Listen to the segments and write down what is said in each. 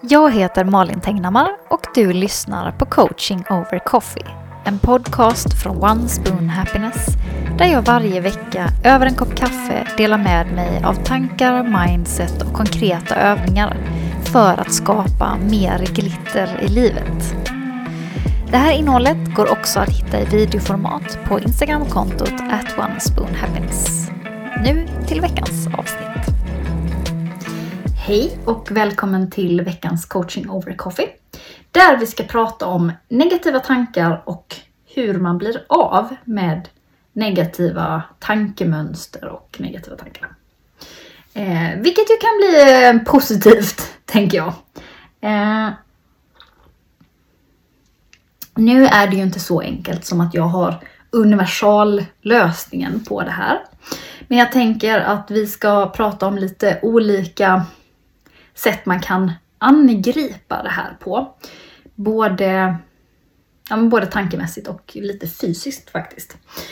Jag heter Malin Tegnhammar och du lyssnar på Coaching Over Coffee. En podcast från One Spoon Happiness där jag varje vecka över en kopp kaffe delar med mig av tankar, mindset och konkreta övningar för att skapa mer glitter i livet. Det här innehållet går också att hitta i videoformat på Instagram-kontot @onespoonhappiness. Nu till veckans avsnitt. Hej och välkommen till veckans Coaching Over Coffee. Där vi ska prata om negativa tankar och hur man blir av med negativa tankemönster och negativa tankar. Vilket ju kan bli positivt, tänker jag. Nu är det ju inte så enkelt som att jag har universallösningen på det här. Men jag tänker att vi ska prata om lite olika sätt man kan angripa det här på. Både tankemässigt och lite fysiskt faktiskt.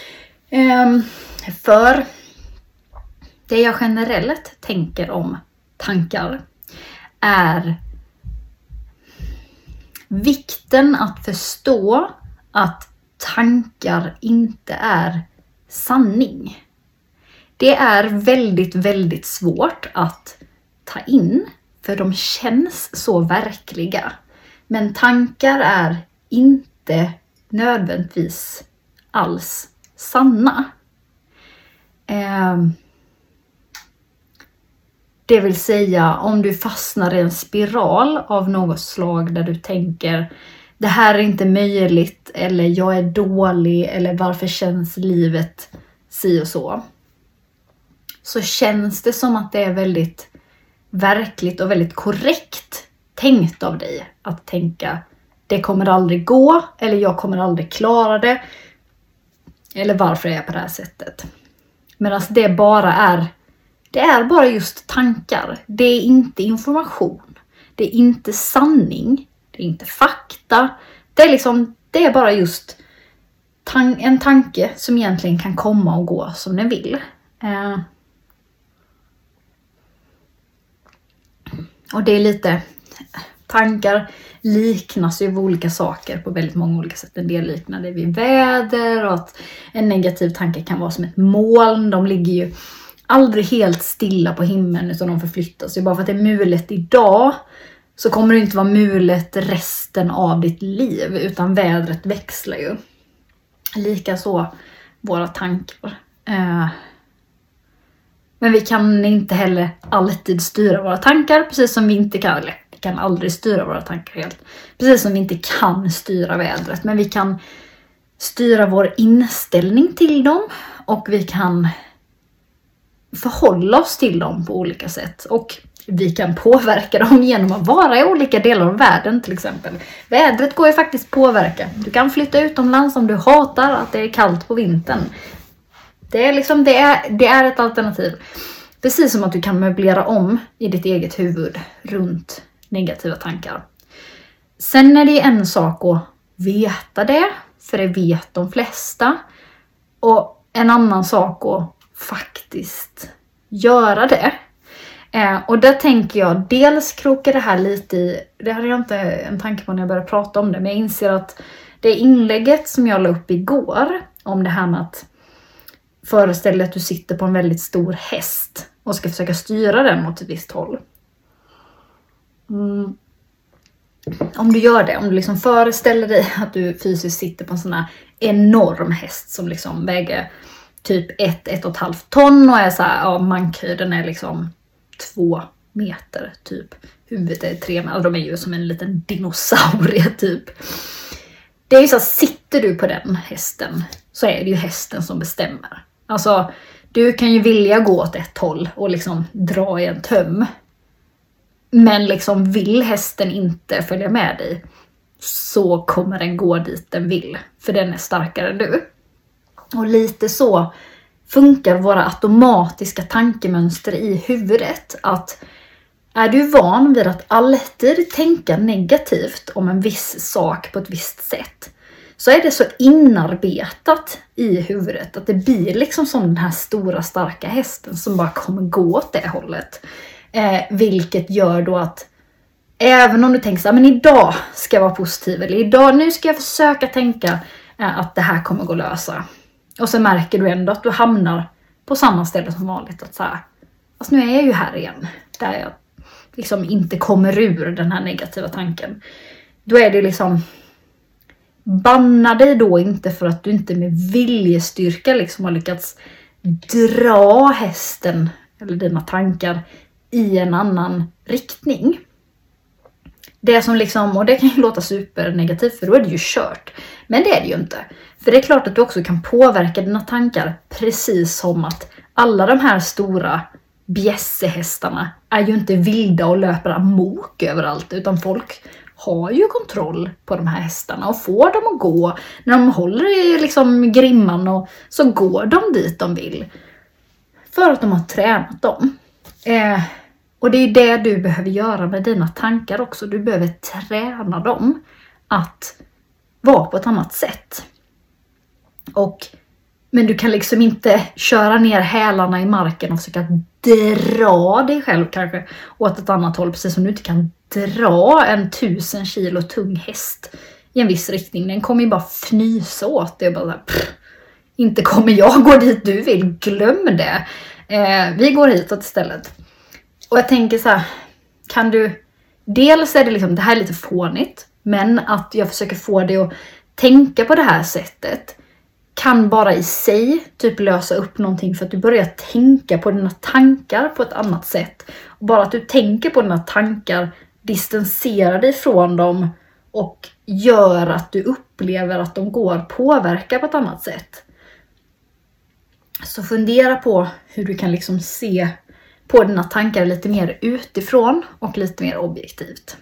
För det jag generellt tänker om tankar är vikten att förstå att tankar inte är sanning. Det är väldigt, väldigt svårt att ta in för de känns så verkliga. Men tankar är inte nödvändigtvis alls sanna. Det vill säga om du fastnar i en spiral av något slag där du tänker det här är inte möjligt eller jag är dålig eller varför känns livet si och så. Så känns det som att det är väldigt verkligt och väldigt korrekt tänkt av dig att tänka det kommer aldrig gå eller jag kommer aldrig klara det eller varför är jag på det här sättet. Medan det är bara just tankar. Det är inte information. Det är inte sanning. Det är inte fakta. Det är bara just en tanke som egentligen kan komma och gå som den vill. Och det är lite, tankar liknas ju av olika saker på väldigt många olika sätt. En del liknar det vid väder och att en negativ tanke kan vara som ett moln. De ligger ju aldrig helt stilla på himlen utan de förflyttas. Bara för att det är mulet idag så kommer det inte vara mulet resten av ditt liv utan vädret växlar ju. Likaså våra tankar. Men vi kan inte heller alltid styra våra tankar, precis som vi inte kan, eller vi kan aldrig styra våra tankar helt. Precis som vi inte kan styra vädret, men vi kan styra vår inställning till dem och vi kan förhålla oss till dem på olika sätt. Och vi kan påverka dem genom att vara i olika delar av världen till exempel. Vädret går ju faktiskt påverka. Du kan flytta utomlands om du hatar att det är kallt på vintern. Det är ett alternativ. Precis som att du kan möblera om i ditt eget huvud runt negativa tankar. Sen är det en sak att veta det, för det vet de flesta. Och en annan sak att faktiskt göra det. Och där tänker jag, dels krokar det här lite i, det hade jag inte en tanke på när jag började prata om det, men jag inser att det inlägget som jag la upp igår om det här med att föreställ dig att du sitter på en väldigt stor häst och ska försöka styra den mot ett visst håll. Om du gör det, om du föreställer dig att du fysiskt sitter på en sån här enorm häst som väger typ 1,5 ton och är så här, mankhöjden är 2 meter typ. Huvudet är 3 meter, de är ju som en liten dinosaurie typ. Det är ju så att sitter du på den hästen så är det ju hästen som bestämmer. Alltså, du kan ju vilja gå åt ett håll och dra i en töm. Men vill hästen inte följa med dig så kommer den gå dit den vill. För den är starkare än du. Och lite så funkar våra automatiska tankemönster i huvudet. Att är du van vid att alltid tänka negativt om en viss sak på ett visst sätt, så är det så inarbetat i huvudet att det blir som den här stora starka hästen som bara kommer gå åt det hållet. Vilket gör då att även om du tänker så här, men idag ska jag vara positiv, eller idag, nu ska jag försöka tänka att det här kommer gå att lösa. Och så märker du ändå att du hamnar på samma ställe som vanligt. Att så här, alltså nu är jag ju här igen, där jag liksom inte kommer ur den här negativa tanken. Då är det liksom, banna dig då inte för att du inte med viljestyrka liksom har lyckats dra hästen eller dina tankar i en annan riktning. Det som liksom, och det kan ju låta supernegativt för då är det ju kört. Men det är det ju inte. För det är klart att du också kan påverka dina tankar, precis som att alla de här stora bjässehästarna är ju inte vilda och löper amok överallt, utan folk har ju kontroll på de här hästarna och får dem att gå. När de håller i liksom grimman och så går de dit de vill. För att de har tränat dem. Och det är det du behöver göra med dina tankar också. Du behöver träna dem att vara på ett annat sätt. Men du kan liksom inte köra ner hälarna i marken och försöka dra dig själv kanske åt ett annat håll. Precis som du inte kan dra en 1000 kilo tung häst i en viss riktning. Den kommer ju bara fnysa åt det och bara inte kommer jag gå dit du vill, glöm det. Vi går hitåt istället. Och jag tänker så här, kan du, dels är det liksom, det här är lite fånigt, men att jag försöker få dig att tänka på det här sättet kan bara i sig typ lösa upp någonting, för att du börjar tänka på dina tankar på ett annat sätt. Och bara att du tänker på dina tankar distanserar dig från dem och gör att du upplever att de går att påverka på ett annat sätt. Så fundera på hur du kan liksom se på dina tankar lite mer utifrån och lite mer objektivt.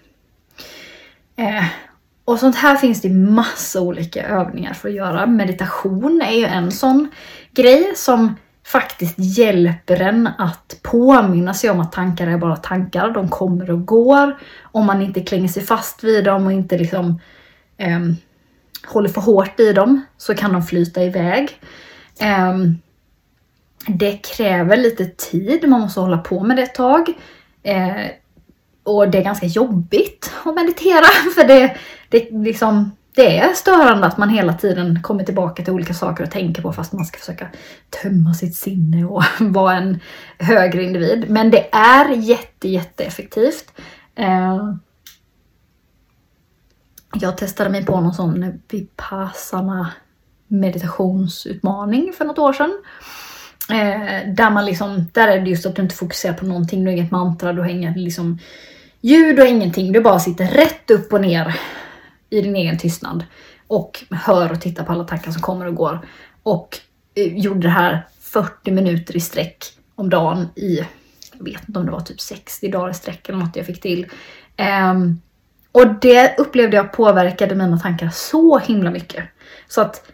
Och sånt här finns det massa olika övningar för att göra. Meditation är ju en sån grej som faktiskt hjälper en att påminna sig om att tankar är bara tankar. De kommer och går. Om man inte klänger sig fast vid dem och inte liksom håller för hårt i dem, så kan de flyta iväg. Det kräver lite tid. Man måste hålla på med det ett tag. Och det är ganska jobbigt att meditera. För det är störande att man hela tiden kommer tillbaka till olika saker och tänker på, fast man ska försöka tömma sitt sinne och vara en högre individ. Men det är jätteeffektivt. Jag testade mig på någon sån Vipassana meditationsutmaning för något år sedan. Där är det just att du inte fokuserar på någonting, du har inget mantra, du har inget liksom ljud och ingenting, du bara sitter rätt upp och ner i din egen tystnad och hör och tittar på alla tankar som kommer och går. Och gjorde det här 40 minuter i sträck om dagen i, jag vet inte om det var typ 60 dagar i sträck eller något jag fick till. Och det upplevde jag påverkade mina tankar så himla mycket. Så att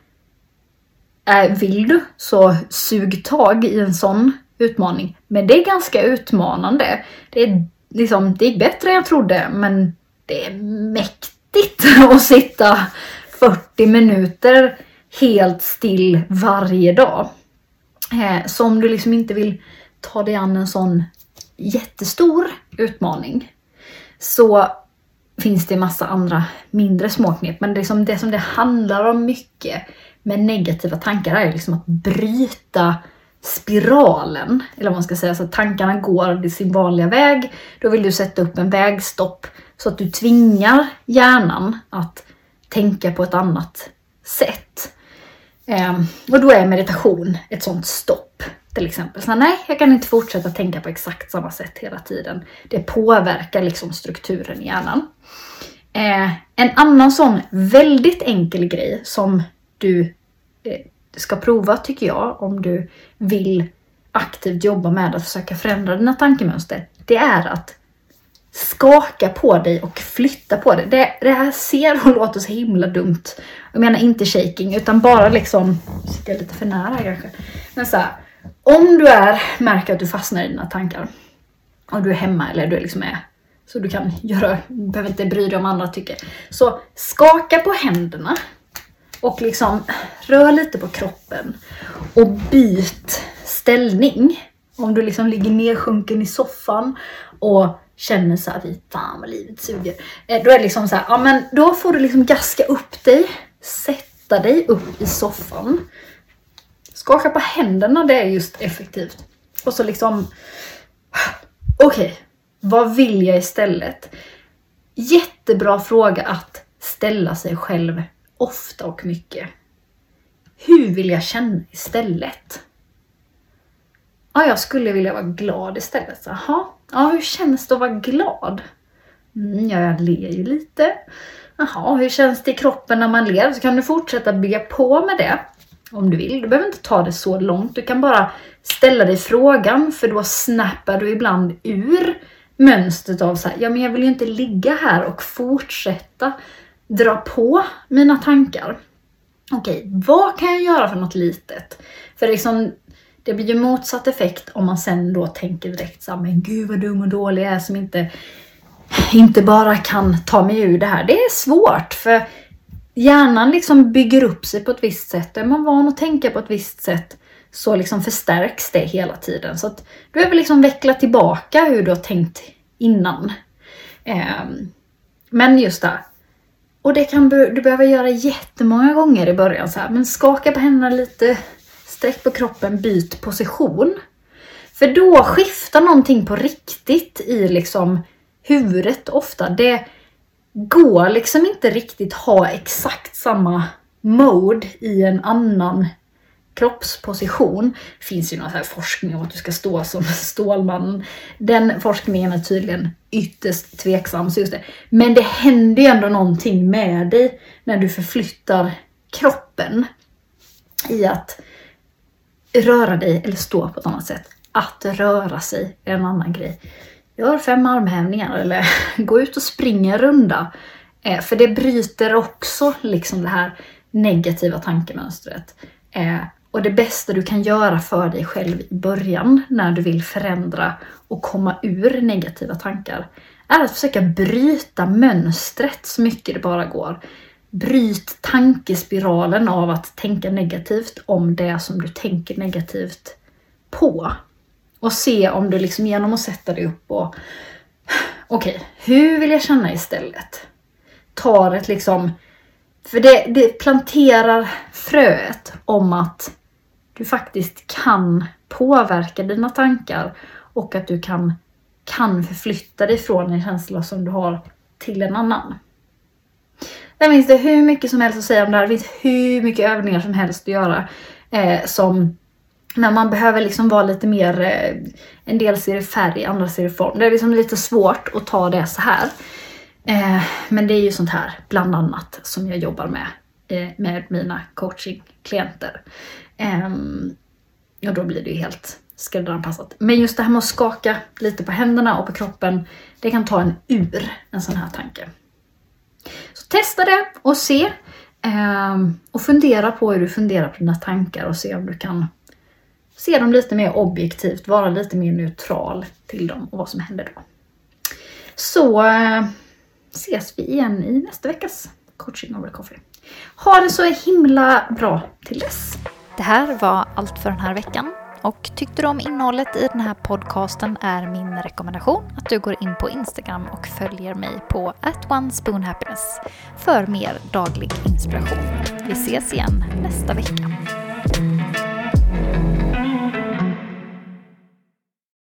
vill du, så sug tag i en sån utmaning. Men det är ganska utmanande. Det gick bättre än jag trodde, men det är mäktigt att sitta 40 minuter helt still varje dag. Så om du liksom inte vill ta dig an en sån jättestor utmaning, så finns det en massa andra mindre småknep. Men det som det handlar om mycket med negativa tankar är liksom att bryta spiralen. Eller vad man ska säga, så att tankarna går i sin vanliga väg. Då vill du sätta upp en vägstopp så att du tvingar hjärnan att tänka på ett annat sätt. Och då är meditation ett sånt stopp. Till exempel, så nej, jag kan inte fortsätta tänka på exakt samma sätt hela tiden. Det påverkar liksom strukturen i hjärnan. En annan sån väldigt enkel grej som du ska prova, tycker jag, om du vill aktivt jobba med att försöka förändra dina tankemönster, det är att skaka på dig och flytta på dig. Det här ser och låter så himla dumt. Jag menar inte shaking, utan bara liksom, sitter lite för nära kanske. Men så här, om du märker att du fastnar i dina tankar och du är hemma eller du är liksom så du kan behöver inte bry dig om andra tycker. Så skaka på händerna och liksom rör lite på kroppen och byt ställning. Om du liksom ligger nedsjunken i soffan och känner så här, fan vad livet suger. Då är det liksom så här, ja men då får du liksom gaska upp dig, sätta dig upp i soffan. Skaka på händerna, det är just effektivt. Och så liksom, okej, vad vill jag istället? Jättebra fråga att ställa sig själv ofta och mycket. Hur vill jag känna istället? Ja, jag skulle vilja vara glad istället. Jaha, ja, hur känns det att vara glad? Ja, jag ler ju lite. Jaha, hur känns det i kroppen när man ler? Så kan du fortsätta bygga på med det. Om du vill. Du behöver inte ta det så långt. Du kan bara ställa dig frågan. För då snappar du ibland ur mönstret av så här, ja men jag vill ju inte ligga här och fortsätta dra på mina tankar. Okej, vad kan jag göra för något litet? För liksom, det blir ju motsatt effekt om man sen då tänker direkt så här, men gud vad dum och dålig jag är som inte bara kan ta mig ur det här. Det är svårt för hjärnan liksom bygger upp sig på ett visst sätt. Är man van att tänka på ett visst sätt så liksom förstärks det hela tiden. Så att du behöver liksom veckla tillbaka hur du har tänkt innan. Men just det. Och det kan du behöva göra jättemånga gånger i början. Så här. Men skaka på händerna lite, sträck på kroppen, byt position. För då skiftar någonting på riktigt i liksom huvudet ofta. Det går liksom inte riktigt ha exakt samma mode i en annan kroppsposition. Det finns ju någon här forskning om att du ska stå som Stålmannen. Den forskningen är tydligen ytterst tveksam. Så just det. Men det händer ju ändå någonting med dig när du förflyttar kroppen i att röra dig eller stå på ett annat sätt. Att röra sig är en annan grej. Gör 5 armhävningar eller gå ut och springa en runda. För det bryter också liksom det här negativa tankemönstret. Och det bästa du kan göra för dig själv i början när du vill förändra och komma ur negativa tankar är att försöka bryta mönstret så mycket det bara går. Bryt tankespiralen av att tänka negativt om det som du tänker negativt på. Och se om du liksom genom att sätta dig upp och okej, hur vill jag känna istället? Tar ett liksom, för det planterar fröet om att du faktiskt kan påverka dina tankar och att du kan förflytta dig från en känsla som du har till en annan. Där finns det hur mycket som helst att säga om det här. Det finns hur mycket övningar som helst att göra som när man behöver liksom vara lite mer, en del ser i färg, andra ser i form. Det är liksom lite svårt att ta det så här. Men det är ju sånt här bland annat som jag jobbar med mina coachingklienter. Och då blir det ju helt skräddaranpassat. Men just det här med att skaka lite på händerna och på kroppen, det kan ta en sån här tanke. Så testa det och se. Och fundera på hur du funderar på dina tankar och se om du kan se dem lite mer objektivt, vara lite mer neutral till dem och vad som händer då. Så ses vi igen i nästa veckas Coaching Over Coffee. Ha det så himla bra till dess. Det här var allt för den här veckan. Och tyckte du om innehållet i den här podcasten är min rekommendation att du går in på Instagram och följer mig på @onespoonhappiness för mer daglig inspiration. Vi ses igen nästa vecka.